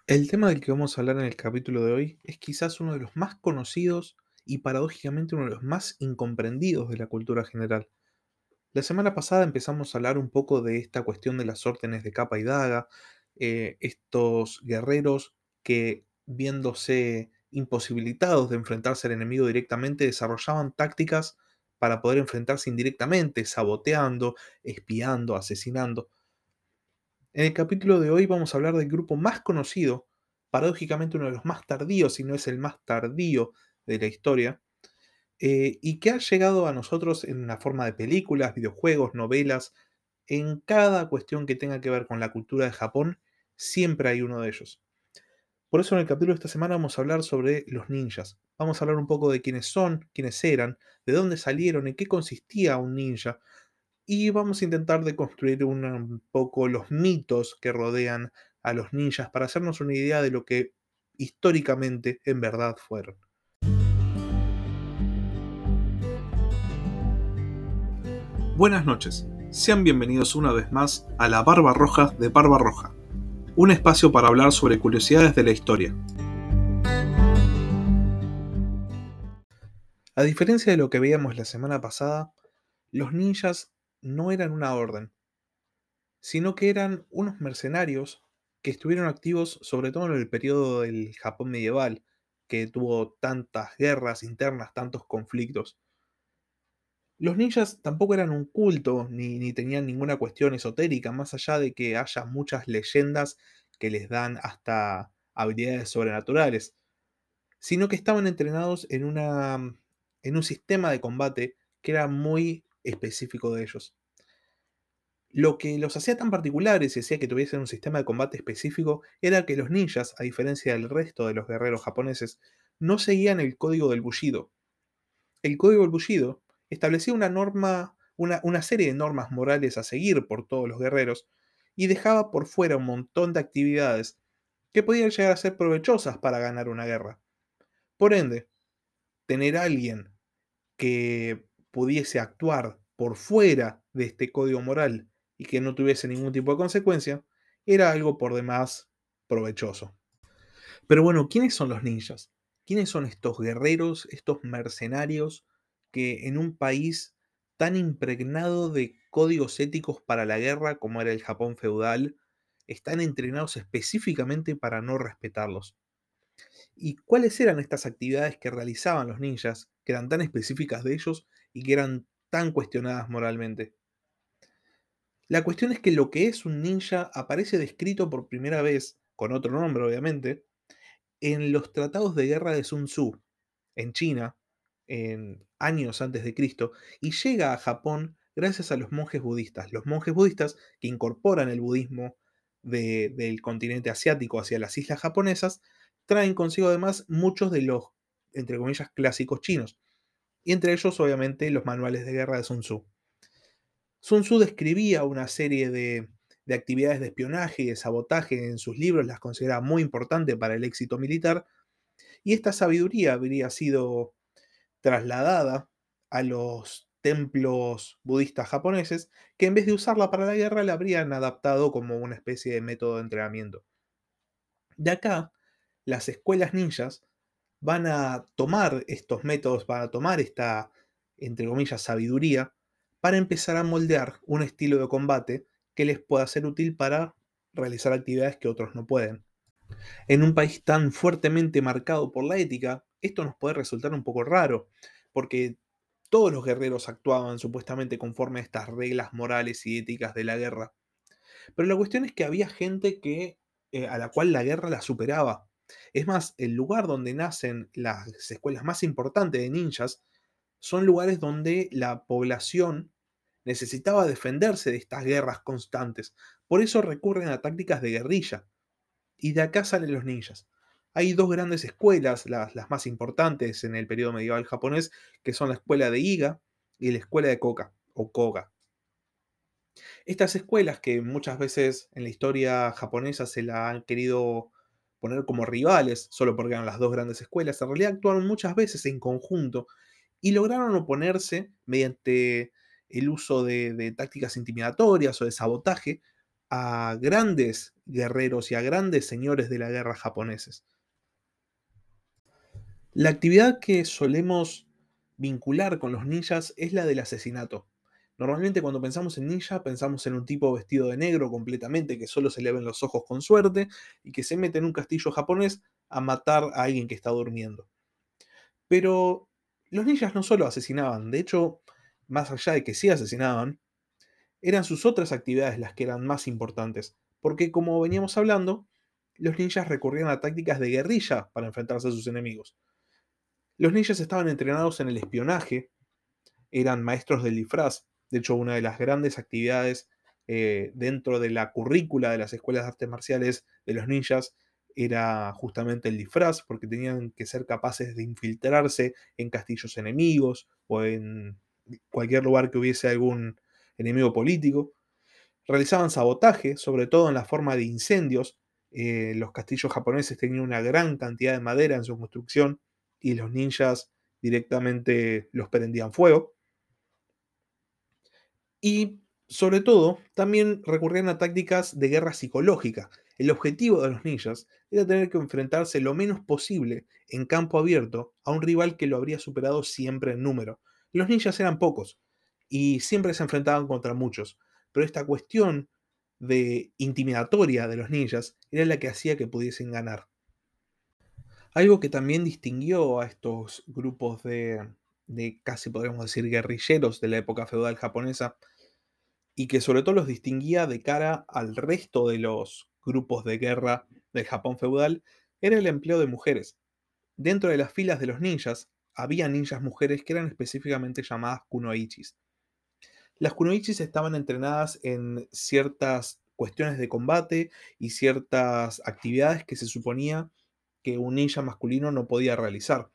El tema del que vamos a hablar en el capítulo de hoy es quizás uno de los más conocidos y paradójicamente uno de los más incomprendidos de la cultura general. La semana pasada empezamos a hablar un poco de esta cuestión de las órdenes de capa y daga, estos guerreros que viéndose imposibilitados de enfrentarse al enemigo directamente desarrollaban tácticas para poder enfrentarse indirectamente, saboteando, espiando, asesinando. En el capítulo de hoy vamos a hablar del grupo más conocido, paradójicamente uno de los más tardíos, si no es el más tardío de la historia, y que ha llegado a nosotros en la forma de películas, videojuegos, novelas. En cada cuestión que tenga que ver con la cultura de Japón, siempre hay uno de ellos. Por eso en el capítulo de esta semana vamos a hablar sobre los ninjas. Vamos a hablar un poco de quiénes son, quiénes eran, de dónde salieron, en qué consistía un ninja, y vamos a intentar deconstruir un poco los mitos que rodean a los ninjas para hacernos una idea de lo que históricamente en verdad fueron. Buenas noches, sean bienvenidos una vez más a La Barba Roja de Barba Roja, un espacio para hablar sobre curiosidades de la historia. A diferencia de lo que veíamos la semana pasada, los ninjas no eran una orden, sino que eran unos mercenarios que estuvieron activos sobre todo en el periodo del Japón medieval, que tuvo tantas guerras internas, tantos conflictos. Los ninjas tampoco eran un culto, ni tenían ninguna cuestión esotérica, más allá de que haya muchas leyendas que les dan hasta habilidades sobrenaturales, sino que estaban entrenados en un sistema de combate que era muy específico de ellos. Lo que los hacía tan particulares y hacía que tuviesen un sistema de combate específico era que los ninjas, a diferencia del resto de los guerreros japoneses, no seguían el código del Bushido. El código del Bushido establecía una norma, una serie de normas morales a seguir por todos los guerreros y dejaba por fuera un montón de actividades que podían llegar a ser provechosas para ganar una guerra. Por ende, tener a alguien que pudiese actuar por fuera de este código moral y que no tuviese ningún tipo de consecuencia, era algo por demás provechoso. Pero bueno, ¿quiénes son los ninjas? ¿Quiénes son estos guerreros, estos mercenarios que en un país tan impregnado de códigos éticos para la guerra como era el Japón feudal, están entrenados específicamente para no respetarlos? ¿Y cuáles eran estas actividades que realizaban los ninjas, que eran tan específicas de ellos y que eran tan cuestionadas moralmente? La cuestión es que lo que es un ninja aparece descrito por primera vez, con otro nombre obviamente, en los tratados de guerra de Sun Tzu, en China, en años antes de Cristo, y llega a Japón gracias a los monjes budistas. Los monjes budistas que incorporan el budismo del continente asiático hacia las islas japonesas, traen consigo además muchos de los, entre comillas, clásicos chinos, y entre ellos obviamente los manuales de guerra de Sun Tzu. Sun Tzu describía una serie de actividades de espionaje y de sabotaje en sus libros, las consideraba muy importantes para el éxito militar, y esta sabiduría habría sido trasladada a los templos budistas japoneses, que en vez de usarla para la guerra la habrían adaptado como una especie de método de entrenamiento. De acá, las escuelas ninjas van a tomar estos métodos, van a tomar esta, entre comillas, sabiduría, para empezar a moldear un estilo de combate que les pueda ser útil para realizar actividades que otros no pueden. En un país tan fuertemente marcado por la ética, esto nos puede resultar un poco raro, porque todos los guerreros actuaban supuestamente conforme a estas reglas morales y éticas de la guerra. Pero la cuestión es que había gente a la cual la guerra la superaba. Es más, el lugar donde nacen las escuelas más importantes de ninjas son lugares donde la población necesitaba defenderse de estas guerras constantes. Por eso recurren a tácticas de guerrilla. Y de acá salen los ninjas. Hay dos grandes escuelas, las más importantes en el periodo medieval japonés, que son la escuela de Iga y la escuela de Koga, o Koga. Estas escuelas que muchas veces en la historia japonesa se la han querido poner como rivales, solo porque eran las dos grandes escuelas, en realidad actuaron muchas veces en conjunto y lograron oponerse mediante el uso de tácticas intimidatorias o de sabotaje a grandes guerreros y a grandes señores de la guerra japoneses. La actividad que solemos vincular con los ninjas es la del asesinato. Normalmente cuando pensamos en ninja pensamos en un tipo vestido de negro completamente que solo se le ven los ojos con suerte y que se mete en un castillo japonés a matar a alguien que está durmiendo. Pero los ninjas no solo asesinaban, de hecho, más allá de que sí asesinaban, eran sus otras actividades las que eran más importantes, porque como veníamos hablando, los ninjas recurrían a tácticas de guerrilla para enfrentarse a sus enemigos. Los ninjas estaban entrenados en el espionaje, eran maestros del disfraz. De hecho, una de las grandes actividades dentro de la currícula de las escuelas de artes marciales de los ninjas era justamente el disfraz, porque tenían que ser capaces de infiltrarse en castillos enemigos o en cualquier lugar que hubiese algún enemigo político. Realizaban sabotaje, sobre todo en la forma de incendios. Los castillos japoneses tenían una gran cantidad de madera en su construcción y los ninjas directamente los prendían fuego. Y sobre todo, también recurrían a tácticas de guerra psicológica. El objetivo de los ninjas era tener que enfrentarse lo menos posible en campo abierto a un rival que lo habría superado siempre en número. Los ninjas eran pocos y siempre se enfrentaban contra muchos, pero esta cuestión de intimidatoria de los ninjas era la que hacía que pudiesen ganar. Algo que también distinguió a estos grupos de casi podríamos decir guerrilleros de la época feudal japonesa y que sobre todo los distinguía de cara al resto de los grupos de guerra del Japón feudal, era el empleo de mujeres. Dentro de las filas de los ninjas, había ninjas mujeres que eran específicamente llamadas kunoichis. Las kunoichis estaban entrenadas en ciertas cuestiones de combate y ciertas actividades que se suponía que un ninja masculino no podía realizar.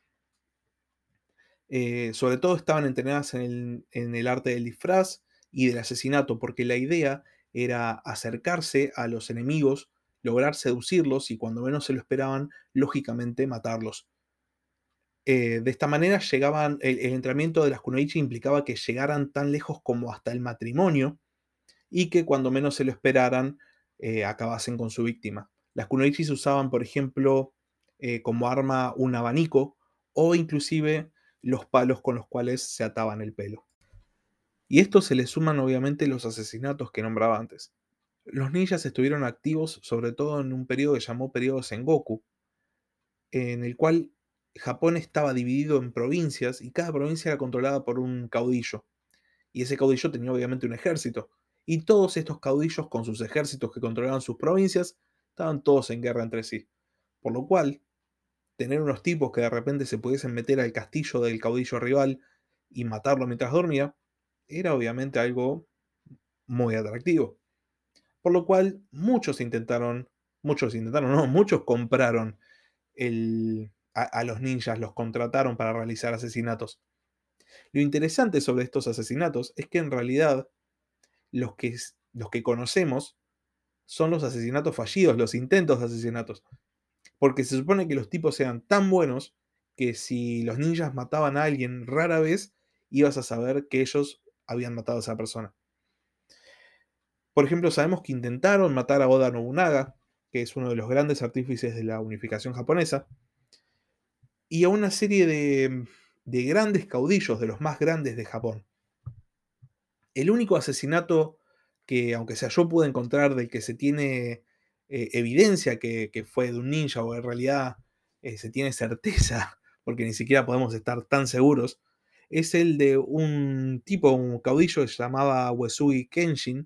Sobre todo estaban entrenadas en el arte del disfraz y del asesinato, porque la idea era acercarse a los enemigos, lograr seducirlos y cuando menos se lo esperaban, lógicamente matarlos. De esta manera llegaban, el entrenamiento de las kunoichi implicaba que llegaran tan lejos como hasta el matrimonio y que cuando menos se lo esperaran, acabasen con su víctima. Las kunoichis usaban, por ejemplo, como arma un abanico o inclusive los palos con los cuales se ataban el pelo. Y esto se le suman obviamente los asesinatos que nombraba antes. Los ninjas estuvieron activos sobre todo en un periodo que llamó periodo Sengoku, en el cual Japón estaba dividido en provincias y cada provincia era controlada por un caudillo. Y ese caudillo tenía obviamente un ejército. Y todos estos caudillos con sus ejércitos que controlaban sus provincias estaban todos en guerra entre sí. Por lo cual, tener unos tipos que de repente se pudiesen meter al castillo del caudillo rival y matarlo mientras dormía, era obviamente algo muy atractivo. Por lo cual, no, muchos compraron a los ninjas, los contrataron para realizar asesinatos. Lo interesante sobre estos asesinatos es que en realidad los que conocemos son los asesinatos fallidos, los intentos de asesinatos. Porque se supone que los tipos eran tan buenos que si los ninjas mataban a alguien rara vez, ibas a saber que ellos habían matado a esa persona. Por ejemplo, sabemos que intentaron matar a Oda Nobunaga, que es uno de los grandes artífices de la unificación japonesa, y a una serie de grandes caudillos, de los más grandes de Japón. El único asesinato que, aunque sea yo pude encontrar del que se tiene evidencia que fue de un ninja, o en realidad se tiene certeza, porque ni siquiera podemos estar tan seguros, es el de un tipo, un caudillo que se llamaba Uesugi Kenshin,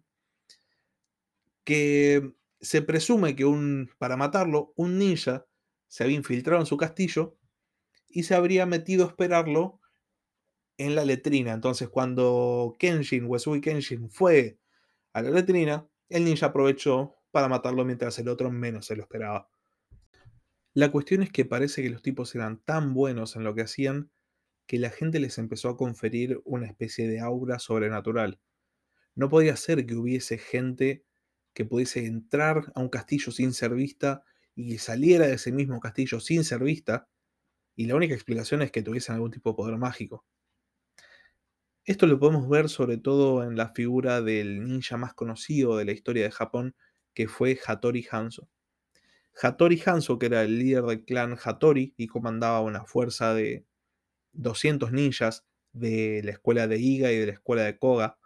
que se presume que para matarlo, un ninja se había infiltrado en su castillo y se habría metido a esperarlo en la letrina. Entonces, cuando Uesugi Kenshin fue a la letrina, el ninja aprovechó para matarlo mientras el otro menos se lo esperaba. La cuestión es que parece que los tipos eran tan buenos en lo que hacían que la gente les empezó a conferir una especie de aura sobrenatural. No podía ser que hubiese gente que pudiese entrar a un castillo sin ser vista y que saliera de ese mismo castillo sin ser vista, y la única explicación es que tuviesen algún tipo de poder mágico. Esto lo podemos ver sobre todo en la figura del ninja más conocido de la historia de Japón, que fue Hattori Hanzo. Hattori Hanzo, que era el líder del clan Hattori y comandaba una fuerza de 200 ninjas de la escuela de Iga y de la escuela de Koga,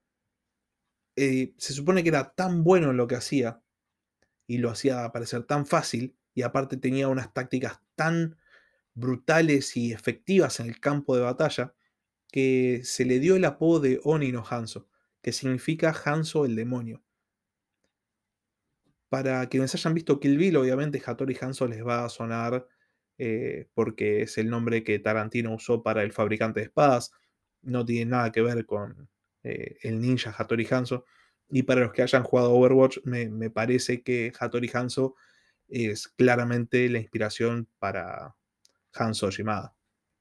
se supone que era tan bueno en lo que hacía y lo hacía parecer tan fácil y aparte tenía unas tácticas tan brutales y efectivas en el campo de batalla que se le dio el apodo de Oni no Hanzo, que significa Hanzo el demonio. Para quienes hayan visto Kill Bill, obviamente Hattori Hanzo les va a sonar porque es el nombre que Tarantino usó para el fabricante de espadas. No tiene nada que ver con el ninja Hattori Hanzo. Y para los que hayan jugado Overwatch, me parece que Hattori Hanzo es claramente la inspiración para Hanzo Shimada.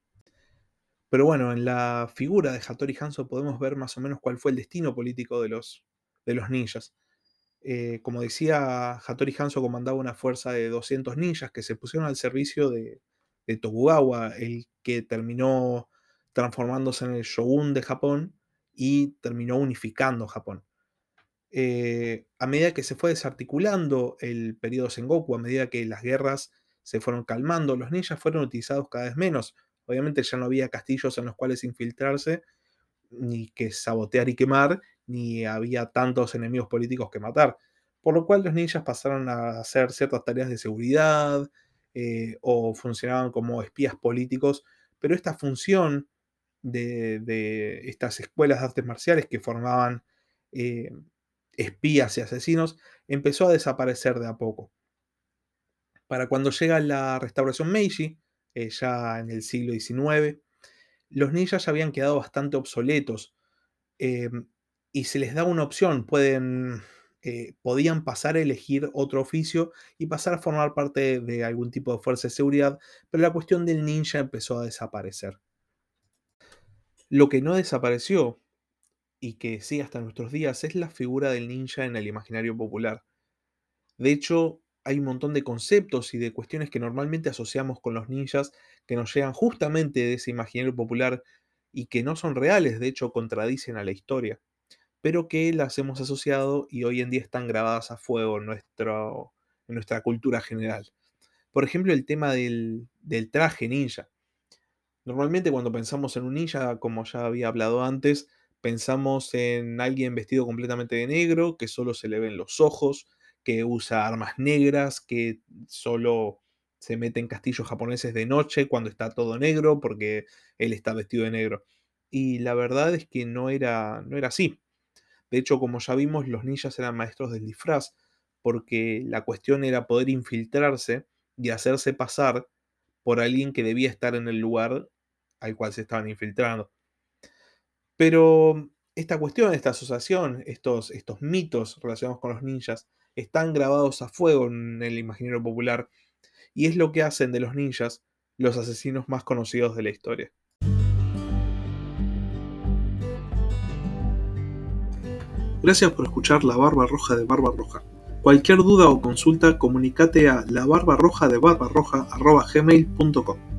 Pero bueno, en la figura de Hattori Hanzo podemos ver más o menos cuál fue el destino político de los ninjas. Como decía, Hattori Hanzo comandaba una fuerza de 200 ninjas que se pusieron al servicio de Tokugawa, el que terminó transformándose en el shogun de Japón y terminó unificando Japón. A medida que se fue desarticulando el periodo Sengoku, a medida que las guerras se fueron calmando, los ninjas fueron utilizados cada vez menos. Obviamente ya no había castillos en los cuales infiltrarse, ni que sabotear y quemar, ni había tantos enemigos políticos que matar. Por lo cual los ninjas pasaron a hacer ciertas tareas de seguridad o funcionaban como espías políticos, pero esta función de estas escuelas de artes marciales que formaban eh, espías y asesinos empezó a desaparecer de a poco. Para cuando llega la restauración Meiji, ya en el siglo XIX, los ninjas ya habían quedado bastante obsoletos y se les da una opción, podían pasar a elegir otro oficio y pasar a formar parte de algún tipo de fuerza de seguridad, pero la cuestión del ninja empezó a desaparecer. Lo que no desapareció y que sigue hasta nuestros días es la figura del ninja en el imaginario popular. De hecho, hay un montón de conceptos y de cuestiones que normalmente asociamos con los ninjas que nos llegan justamente de ese imaginario popular y que no son reales, de hecho contradicen a la historia, pero que las hemos asociado y hoy en día están grabadas a fuego en nuestra cultura general. Por ejemplo, el tema del traje ninja. Normalmente cuando pensamos en un ninja, como ya había hablado antes, pensamos en alguien vestido completamente de negro, que solo se le ven los ojos, que usa armas negras, que solo se mete en castillos japoneses de noche cuando está todo negro, porque él está vestido de negro. Y la verdad es que no era así. De hecho, como ya vimos, los ninjas eran maestros del disfraz, porque la cuestión era poder infiltrarse y hacerse pasar por alguien que debía estar en el lugar al cual se estaban infiltrando. Pero esta cuestión, esta asociación, estos mitos relacionados con los ninjas, están grabados a fuego en el imaginario popular y es lo que hacen de los ninjas los asesinos más conocidos de la historia. Gracias por escuchar La Barba Roja de Barba Roja. Cualquier duda o consulta, comunícate a labarbarrojadebarbarroja@gmail.com.